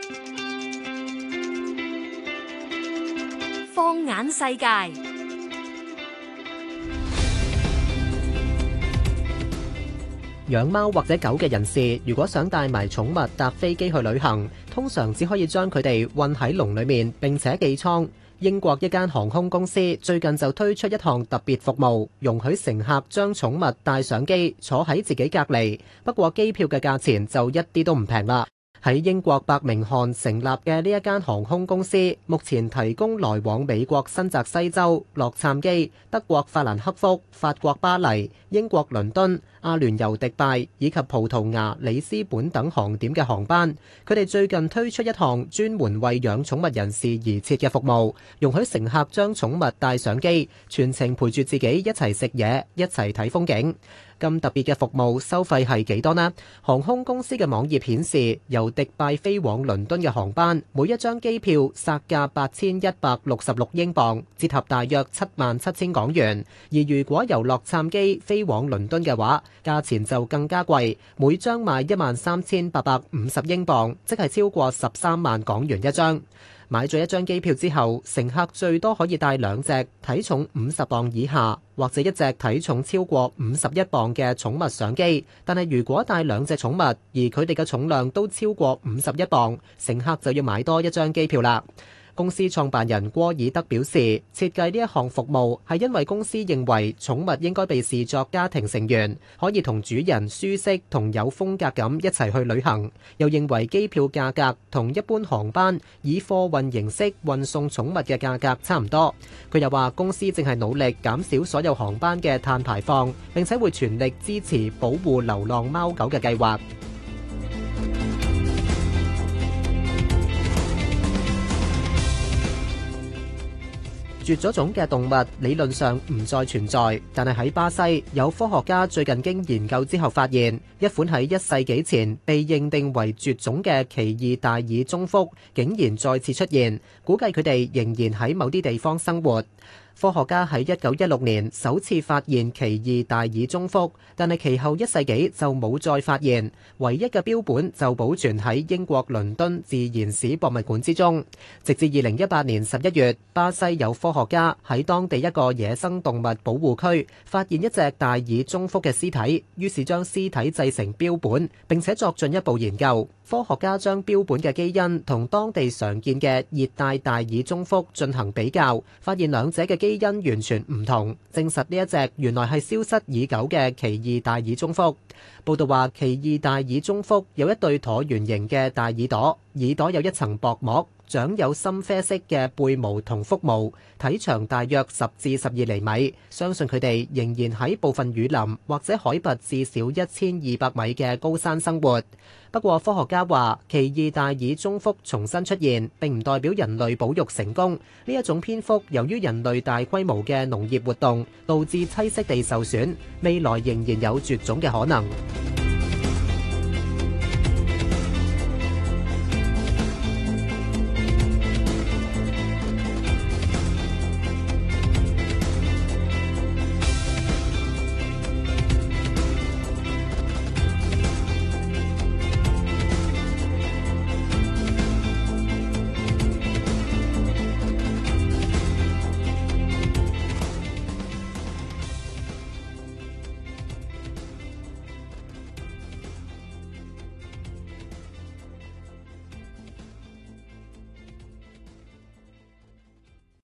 放眼世界， 養貓或者狗嘅人士，如果想帶埋寵物搭飛機去旅行，通常只可以將佢哋韞喺籠裏面，並且寄倉。英國一間航空公司最近就推出一項特別服務，容許乘客將寵物帶上機，坐喺自己隔離。不過機票嘅價錢就一啲都唔平啦。喺英國伯明翰成立嘅呢一間航空公司，目前提供來往美國新澤西州、洛杉磯、德國法蘭克福、法國巴黎、英國倫敦、阿聯酋迪拜以及葡萄牙里斯本等航點嘅航班。佢哋最近推出一項專門為養寵物人士而設嘅服務，容許乘客將寵物帶上機，全程陪住自己一齊食嘢，一齊睇風景。咁特別嘅服務收費係幾多呢？航空公司嘅網頁顯示，由迪拜飛往倫敦嘅航班，每一張機票殺價8166英鎊，折合大約77000港元。而如果由洛杉磯飛往倫敦嘅話，價錢就更加貴，每張賣13850英鎊，即係超過13萬港元一張。買咗一張機票之後，乘客最多可以帶兩隻體重50磅以下，或者一隻體重超過51磅嘅寵物上機。但係如果帶兩隻寵物，而佢哋嘅重量都超過51磅，乘客就要買多一張機票啦。公司創辦人郭爾德表示，設計呢一項服務係因為公司認為寵物應該被視作家庭成員，可以同主人舒適同有風格咁一齊去旅行。又認為機票價格同一般航班以貨運形式運送寵物嘅價格差唔多。佢又話公司正係努力減少所有航班嘅碳排放，並且會全力支持保護流浪貓狗嘅計劃。絕咗種嘅動物理論上唔再存在，但係喺巴西有科學家最近經研究之後發現，一款喺1世紀前被認定為絕種嘅奇異大耳棕蝠，竟然再次出現，估計佢哋仍然喺某啲地方生活。科學家喺1916年首次發現奇異大耳棕蝠，但係其後1世紀就冇再發現，唯一嘅標本就保存喺英國倫敦自然史博物館之中。直至2018年11月，巴西有科學家喺當地一個野生動物保護區發現一隻大耳棕蝠嘅屍體，於是將屍體製成標本，並且作進一步研究。科學家將標本嘅基因同當地常見嘅熱帶大耳棕蝠進行比較，發現兩者嘅基因完全唔同，證實呢一隻原來係消失已久嘅奇異大耳棕蝠。報道話，奇異大耳棕蝠有一對橢圓形嘅大耳朵，耳朵有一層薄膜，長有深啡色嘅背毛同腹毛，體長大約10至12厘米。相信佢哋仍然喺部分雨林或者海拔至少1200米嘅高山生活。不過科學家話，奇異大耳棕蝠重新出現並唔代表人類保育成功。呢一種蝙蝠由於人類大規模嘅農業活動，導致棲息地受損，未來仍然有絕種嘅可能。